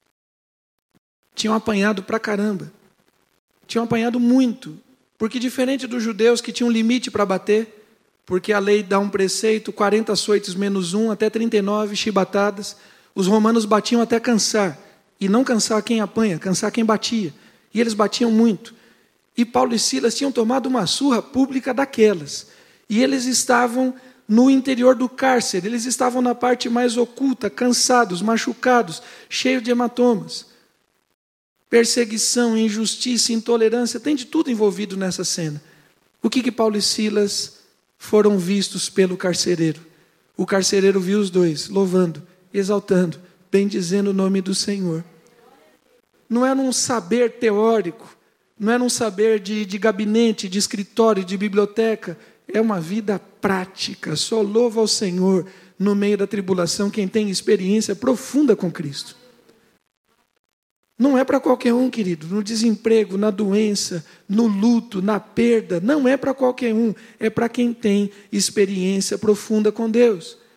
Tinham apanhado pra caramba. Tinham apanhado muito. Porque diferente dos judeus que tinham limite para bater, porque a lei dá um preceito, quarenta açoites menos um, até trinta e nove chibatadas, os romanos batiam até cansar. E não cansar quem apanha, cansar quem batia. E eles batiam muito. E Paulo e Silas tinham tomado uma surra pública daquelas. E eles estavam no interior do cárcere, eles estavam na parte mais oculta, cansados, machucados, cheios de hematomas. Perseguição, injustiça, intolerância, tem de tudo envolvido nessa cena. O que que Paulo e Silas foram vistos pelo carcereiro? O carcereiro viu os dois, louvando, exaltando, bendizendo o nome do Senhor. Não era um saber teórico, não era um saber de, de gabinete, de escritório, de biblioteca. É uma vida prática. Só louva ao Senhor no meio da tribulação quem tem experiência profunda com Cristo. Não é para qualquer um, querido. No desemprego, na doença, no luto, na perda. Não é para qualquer um. É para quem tem experiência profunda com Deus.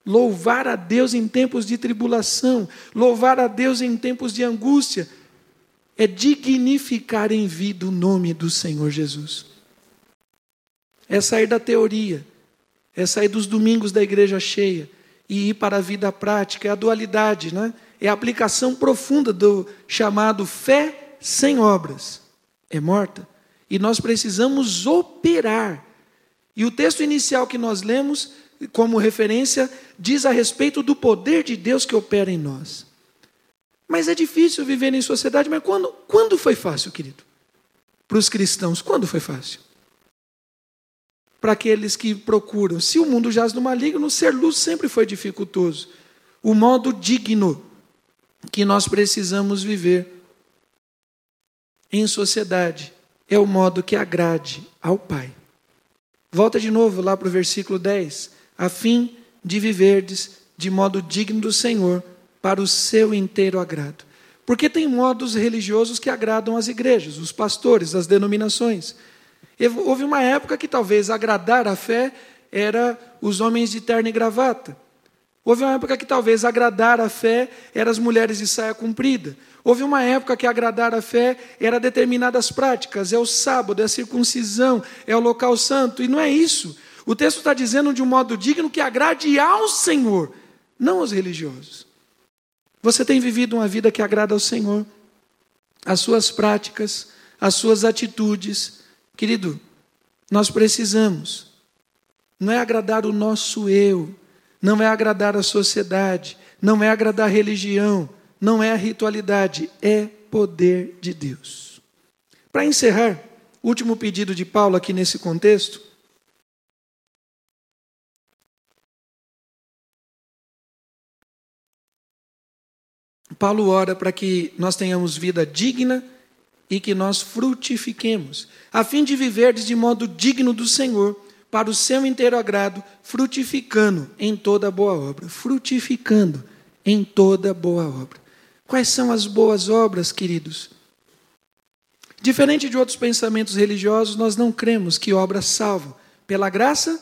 louvar a Deus em tempos de tribulação, louvar a Deus em tempos de angústia, é dignificar em vida o nome do Senhor Jesus. É sair da teoria, é sair dos domingos da igreja cheia e ir para a vida prática, é a dualidade, né? É a aplicação profunda do chamado fé sem obras. É morta. E nós precisamos operar. E o texto inicial que nós lemos, como referência, diz a respeito do poder de Deus que opera em nós. Mas é difícil viver em sociedade, mas quando, quando foi fácil, querido? Para os cristãos, quando foi fácil? Para aqueles que procuram. Se o mundo jaz no maligno, ser luz sempre foi dificultoso. O modo digno que nós precisamos viver em sociedade é o modo que agrade ao Pai. Volta de novo lá para o versículo dez. A fim de viverdes de modo digno do Senhor, para o seu inteiro agrado. Porque tem modos religiosos que agradam as igrejas, os pastores, as denominações. Houve uma época que talvez agradar a fé era os homens de terno e gravata. Houve uma época que talvez agradar a fé eram as mulheres de saia comprida. Houve uma época que agradar a fé era determinadas práticas, é o sábado, é a circuncisão, é o local santo, e não é isso. O texto está dizendo de um modo digno que agrade ao Senhor, não aos religiosos. Você tem vivido uma vida que agrada ao Senhor, as suas práticas, as suas atitudes. Querido, nós precisamos, não é agradar o nosso eu, não é agradar a sociedade, não é agradar a religião, não é a ritualidade, é poder de Deus. Para encerrar, o último pedido de Paulo aqui nesse contexto, Paulo ora para que nós tenhamos vida digna e que nós frutifiquemos, a fim de viverdes de modo digno do Senhor, para o seu inteiro agrado, frutificando em toda boa obra. Frutificando em toda boa obra. Quais são as boas obras, queridos? Diferente de outros pensamentos religiosos, nós não cremos que obras salvam. Pela graça?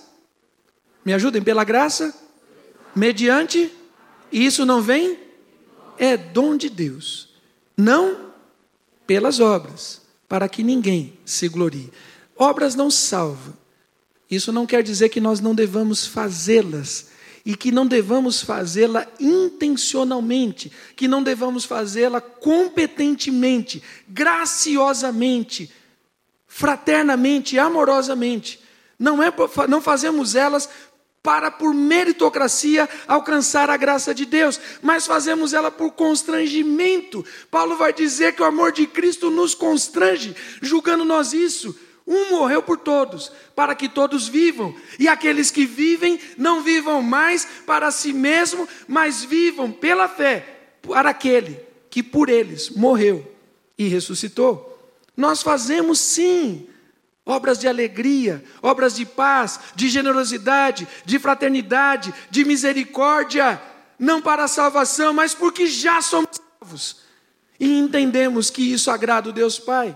Me ajudem, pela graça? Mediante? E isso não vem? É dom de Deus. Não pelas obras, para que ninguém se glorie. Obras não salvam. Isso não quer dizer que nós não devamos fazê-las, e que não devamos fazê-la intencionalmente, que não devamos fazê-la competentemente, graciosamente, fraternamente, amorosamente. Não, é, não fazemos elas para, por meritocracia, alcançar a graça de Deus, mas fazemos ela por constrangimento. Paulo vai dizer que o amor de Cristo nos constrange, julgando nós isso. Um morreu por todos, para que todos vivam. E aqueles que vivem, não vivam mais para si mesmo, mas vivam pela fé, para aquele que por eles morreu e ressuscitou. Nós fazemos sim obras de alegria, obras de paz, de generosidade, de fraternidade, de misericórdia, não para a salvação, mas porque já somos salvos. E entendemos que isso agrada o Deus Pai.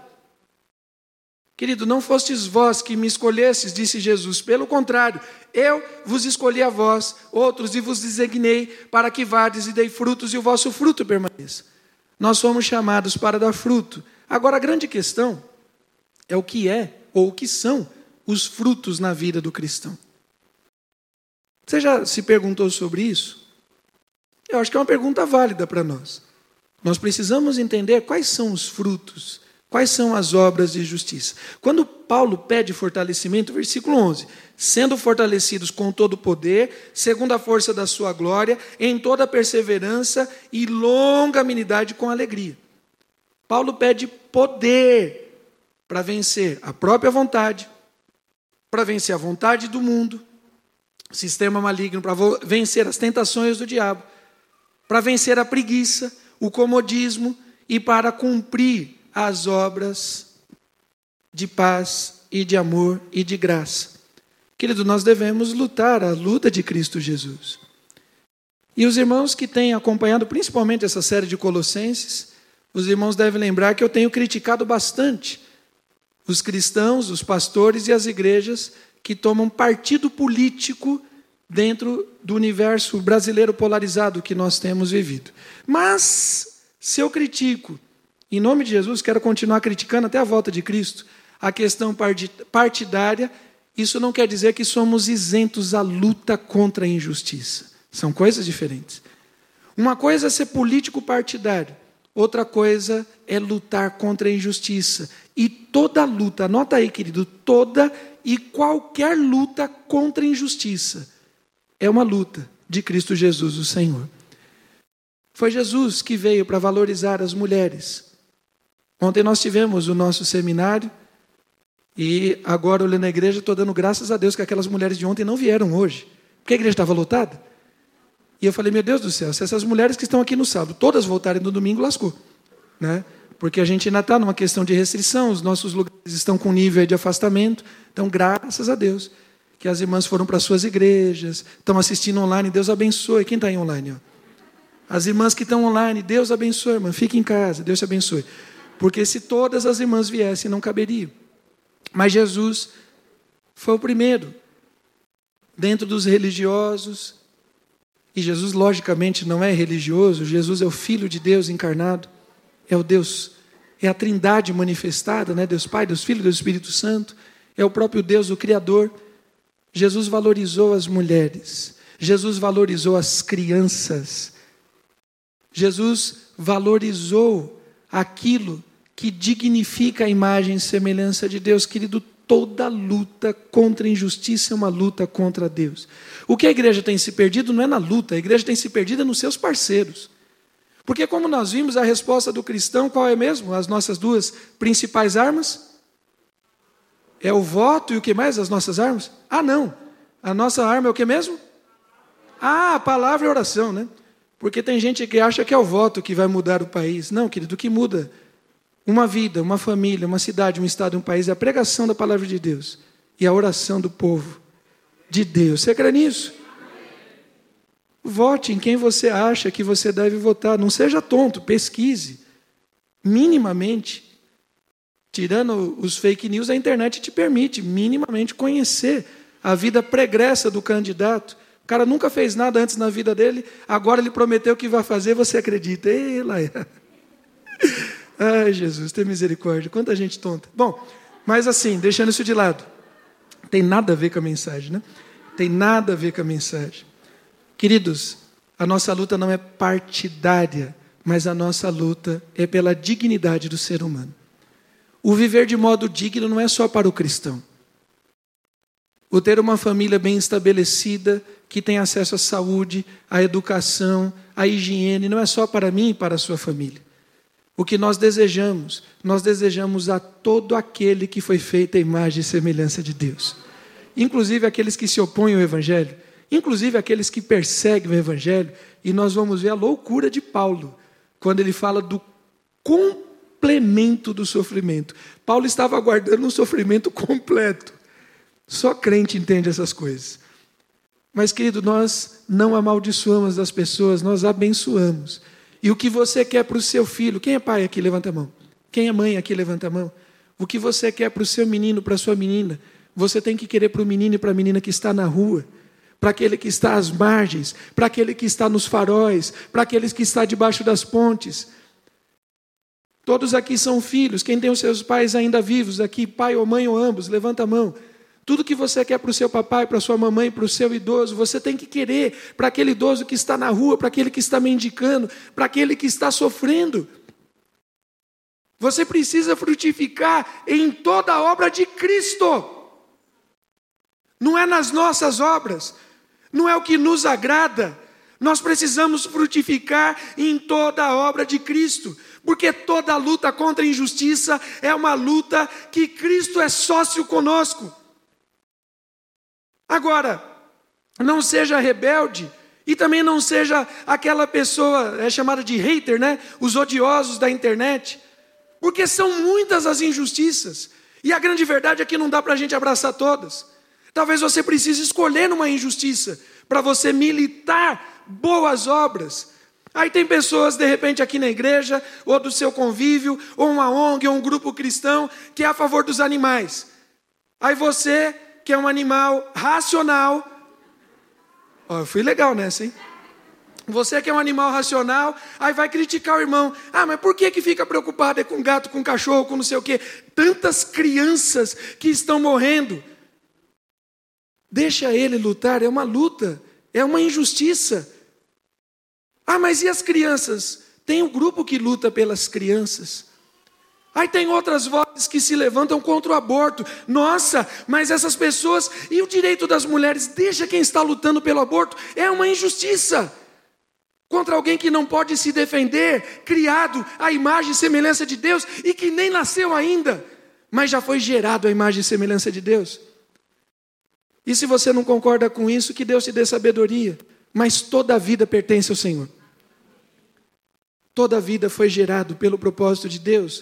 Querido, não fostes vós que me escolhestes, disse Jesus. Pelo contrário, eu vos escolhi a vós, outros, e vos designei para que vades e dei frutos, e o vosso fruto permaneça. Nós fomos chamados para dar fruto. Agora, a grande questão é o que é, ou o que são, os frutos na vida do cristão. Você já se perguntou sobre isso? Eu acho que é uma pergunta válida para nós. Nós precisamos entender quais são os frutos. Quais são as obras de justiça? Quando Paulo pede fortalecimento, versículo onze, sendo fortalecidos com todo o poder, segundo a força da sua glória, em toda perseverança e longanimidade com alegria. Paulo pede poder para vencer a própria vontade, para vencer a vontade do mundo, o sistema maligno, para vencer as tentações do diabo, para vencer a preguiça, o comodismo e para cumprir as obras de paz e de amor e de graça. Querido, nós devemos lutar a luta de Cristo Jesus. E os irmãos que têm acompanhado principalmente essa série de Colossenses, os irmãos devem lembrar que eu tenho criticado bastante os cristãos, os pastores e as igrejas que tomam partido político dentro do universo brasileiro polarizado que nós temos vivido. Mas, se eu critico, em nome de Jesus, quero continuar criticando até a volta de Cristo, a questão partidária, isso não quer dizer que somos isentos à luta contra a injustiça. São coisas diferentes. Uma coisa é ser político partidário, outra coisa é lutar contra a injustiça. E toda luta, anota aí, querido, toda e qualquer luta contra a injustiça é uma luta de Cristo Jesus, o Senhor. Foi Jesus que veio para valorizar as mulheres. Ontem nós tivemos o nosso seminário e agora olhando na igreja, estou dando graças a Deus que aquelas mulheres de ontem não vieram hoje, porque a igreja estava lotada. E eu falei, meu Deus do céu, se essas mulheres que estão aqui no sábado, todas voltarem no domingo, lascou, né? Porque a gente ainda está numa questão de restrição, os nossos lugares estão com nível de afastamento. Então, graças a Deus, que as irmãs foram para suas igrejas, estão assistindo online, Deus abençoe. Quem está aí online? Ó? As irmãs que estão online, Deus abençoe, irmã, fique em casa, Deus te abençoe. Porque se todas as irmãs viessem, não caberia. Mas Jesus foi o primeiro, dentro dos religiosos, e Jesus, logicamente, não é religioso, Jesus é o Filho de Deus encarnado, é o Deus, é a Trindade manifestada, né? Deus Pai, Deus Filho, Deus Espírito Santo, é o próprio Deus, o Criador. Jesus valorizou as mulheres, Jesus valorizou as crianças, Jesus valorizou aquilo que dignifica a imagem e semelhança de Deus. Querido, toda luta contra a injustiça é uma luta contra Deus. O que a igreja tem se perdido não é na luta, a igreja tem se perdido nos seus parceiros. Porque como nós vimos, a resposta do cristão, qual é mesmo? As nossas duas principais armas? É o voto e o que mais? As nossas armas? Ah, não. A nossa arma é o que mesmo? Ah, a palavra e a oração, né? Porque tem gente que acha que é o voto que vai mudar o país. Não, querido, o que muda uma vida, uma família, uma cidade, um estado, um país é a pregação da palavra de Deus e a oração do povo de Deus. Você crê nisso? Vote em quem você acha que você deve votar. Não seja tonto, pesquise. Minimamente, tirando os fake news, a internet te permite minimamente conhecer a vida pregressa do candidato. O cara nunca fez nada antes na vida dele, agora ele prometeu que vai fazer, você acredita. Ei, Laia. Ai, Jesus, tem misericórdia. Quanta gente tonta. Bom, mas assim, deixando isso de lado, tem nada a ver com a mensagem, né? Tem nada a ver com a mensagem. Queridos, a nossa luta não é partidária, mas a nossa luta é pela dignidade do ser humano. O viver de modo digno não é só para o cristão. O ter uma família bem estabelecida, que tem acesso à saúde, à educação, à higiene, não é só para mim e para a sua família. O que nós desejamos, nós desejamos a todo aquele que foi feito à imagem e semelhança de Deus. Inclusive aqueles que se opõem ao Evangelho, inclusive aqueles que perseguem o Evangelho, e nós vamos ver a loucura de Paulo, quando ele fala do complemento do sofrimento. Paulo estava aguardando um sofrimento completo. Só crente entende essas coisas. Mas, querido, nós não amaldiçoamos as pessoas, nós abençoamos. E o que você quer para o seu filho? Quem é pai aqui? Levanta a mão. Quem é mãe aqui? Levanta a mão. O que você quer para o seu menino, para a sua menina? Você tem que querer para o menino e para a menina que está na rua, para aquele que está às margens, para aquele que está nos faróis, para aqueles que está debaixo das pontes. Todos aqui são filhos. Quem tem os seus pais ainda vivos aqui, pai ou mãe ou ambos, levanta a mão. Tudo que você quer para o seu papai, para a sua mamãe, para o seu idoso, você tem que querer para aquele idoso que está na rua, para aquele que está mendicando, para aquele que está sofrendo. Você precisa frutificar em toda a obra de Cristo. Não é nas nossas obras, não é o que nos agrada. Nós precisamos frutificar em toda a obra de Cristo, porque toda a luta contra a injustiça é uma luta que Cristo é sócio conosco. Agora, não seja rebelde e também não seja aquela pessoa, é chamada de hater, né? Os odiosos da internet, porque são muitas as injustiças e a grande verdade é que não dá para a gente abraçar todas. Talvez você precise escolher numa injustiça para você militar boas obras. Aí tem pessoas, de repente, aqui na igreja, ou do seu convívio, ou uma O N G, ou um grupo cristão, que é a favor dos animais. Aí você, que é um animal racional, Ó, eu fui legal nessa, hein? Você que é um animal racional, aí vai criticar o irmão. Ah, mas por que que fica preocupado é com gato, com cachorro, com não sei o quê? Tantas crianças que estão morrendo. Deixa ele lutar, é uma luta, é uma injustiça. Ah, mas e as crianças? Tem um grupo que luta pelas crianças. Aí tem outras vozes que se levantam contra o aborto. Nossa, mas essas pessoas... E o direito das mulheres? Deixa quem está lutando pelo aborto. É uma injustiça. Contra alguém que não pode se defender, criado à imagem e semelhança de Deus, e que nem nasceu ainda, mas já foi gerado à imagem e semelhança de Deus. E se você não concorda com isso, que Deus te dê sabedoria. Mas toda a vida pertence ao Senhor. Toda a vida foi gerado pelo propósito de Deus.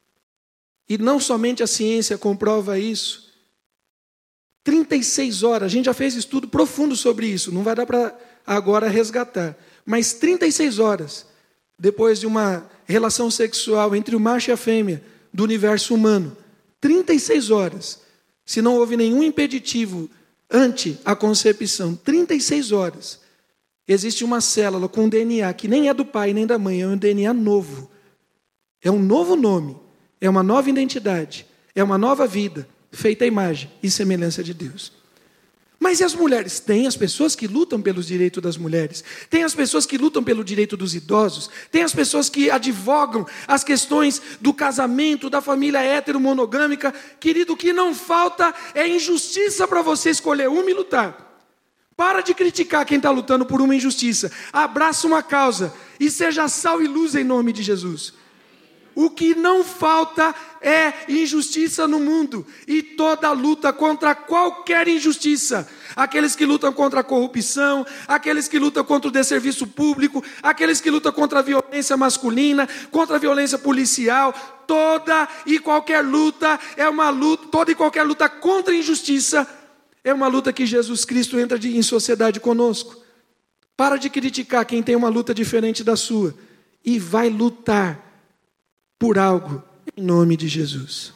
E não somente a ciência comprova isso. trinta e seis horas, a gente já fez estudo profundo sobre isso, não vai dar para agora resgatar. Mas trinta e seis horas, depois de uma relação sexual entre o macho e a fêmea do universo humano, trinta e seis horas, se não houve nenhum impeditivo ante a concepção, trinta e seis horas, existe uma célula com D N A que nem é do pai nem da mãe, é um D N A novo. É um novo nome, é uma nova identidade, é uma nova vida, feita à imagem e semelhança de Deus. Mas e as mulheres? Tem as pessoas que lutam pelos direitos das mulheres, tem as pessoas que lutam pelo direito dos idosos, tem as pessoas que advogam as questões do casamento, da família heteromonogâmica. Querido, o que não falta é injustiça para você escolher uma e lutar. Para de criticar quem está lutando por uma injustiça. Abraça uma causa e seja sal e luz em nome de Jesus. O que não falta é injustiça no mundo e toda luta contra qualquer injustiça. Aqueles que lutam contra a corrupção, aqueles que lutam contra o desserviço público, aqueles que lutam contra a violência masculina, contra a violência policial. Toda e qualquer luta é uma luta, toda e qualquer luta contra a injustiça é uma luta que Jesus Cristo entra de, em sociedade conosco. Para de criticar quem tem uma luta diferente da sua e vai lutar por algo, em nome de Jesus.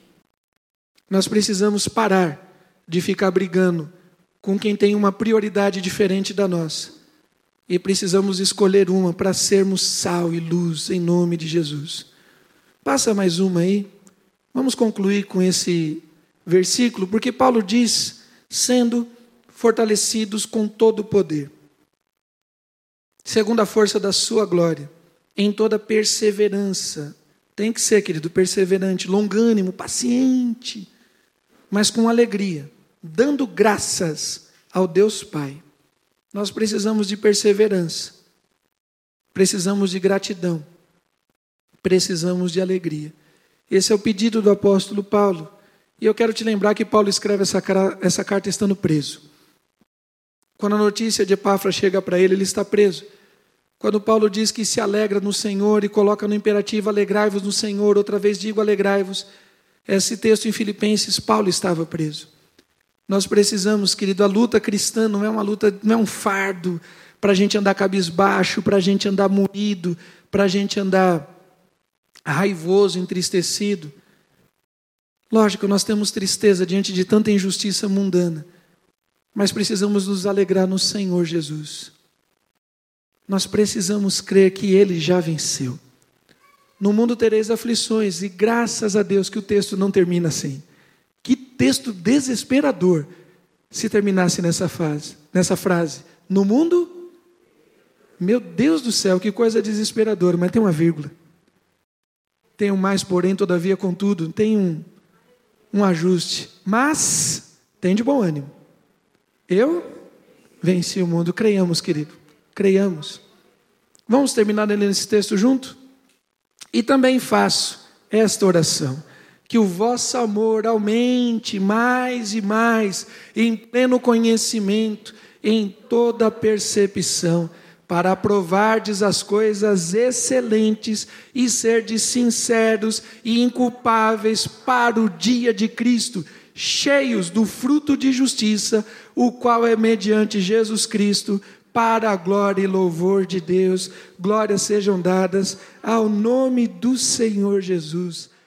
Nós precisamos parar de ficar brigando com quem tem uma prioridade diferente da nossa. E precisamos escolher uma para sermos sal e luz, em nome de Jesus. Passa mais uma aí. Vamos concluir com esse versículo, porque Paulo diz, sendo fortalecidos com todo o poder, segundo a força da sua glória, em toda perseverança. Tem que ser, querido, perseverante, longânimo, paciente, mas com alegria, dando graças ao Deus Pai. Nós precisamos de perseverança, precisamos de gratidão, precisamos de alegria. Esse é o pedido do apóstolo Paulo. E eu quero te lembrar que Paulo escreve essa, essa carta estando preso. Quando a notícia de Epáfras chega para ele, ele está preso. Quando Paulo diz que se alegra no Senhor e coloca no imperativo, alegrai-vos no Senhor, outra vez digo alegrai-vos. Esse texto em Filipenses, Paulo estava preso. Nós precisamos, querido, a luta cristã não é uma luta, não é um fardo para a gente andar cabisbaixo, para a gente andar moído, para a gente andar raivoso, entristecido. Lógico, nós temos tristeza diante de tanta injustiça mundana, mas precisamos nos alegrar no Senhor Jesus. Nós precisamos crer que Ele já venceu. No mundo tereis aflições, e graças a Deus que o texto não termina assim. Que texto desesperador se terminasse nessa frase. Nessa frase. No mundo, meu Deus do céu, que coisa desesperadora, mas tem uma vírgula. Tem um mais, porém, todavia, contudo, tem um, um ajuste. Mas, tem de bom ânimo. Eu venci o mundo, creiamos, querido. Creiamos. Vamos terminar lendo esse texto junto? E também faço esta oração, que o vosso amor aumente mais e mais, em pleno conhecimento, em toda percepção, para aprovardes as coisas excelentes e serdes sinceros e inculpáveis para o dia de Cristo, cheios do fruto de justiça, o qual é mediante Jesus Cristo, para a glória e louvor de Deus. Glórias sejam dadas ao nome do Senhor Jesus.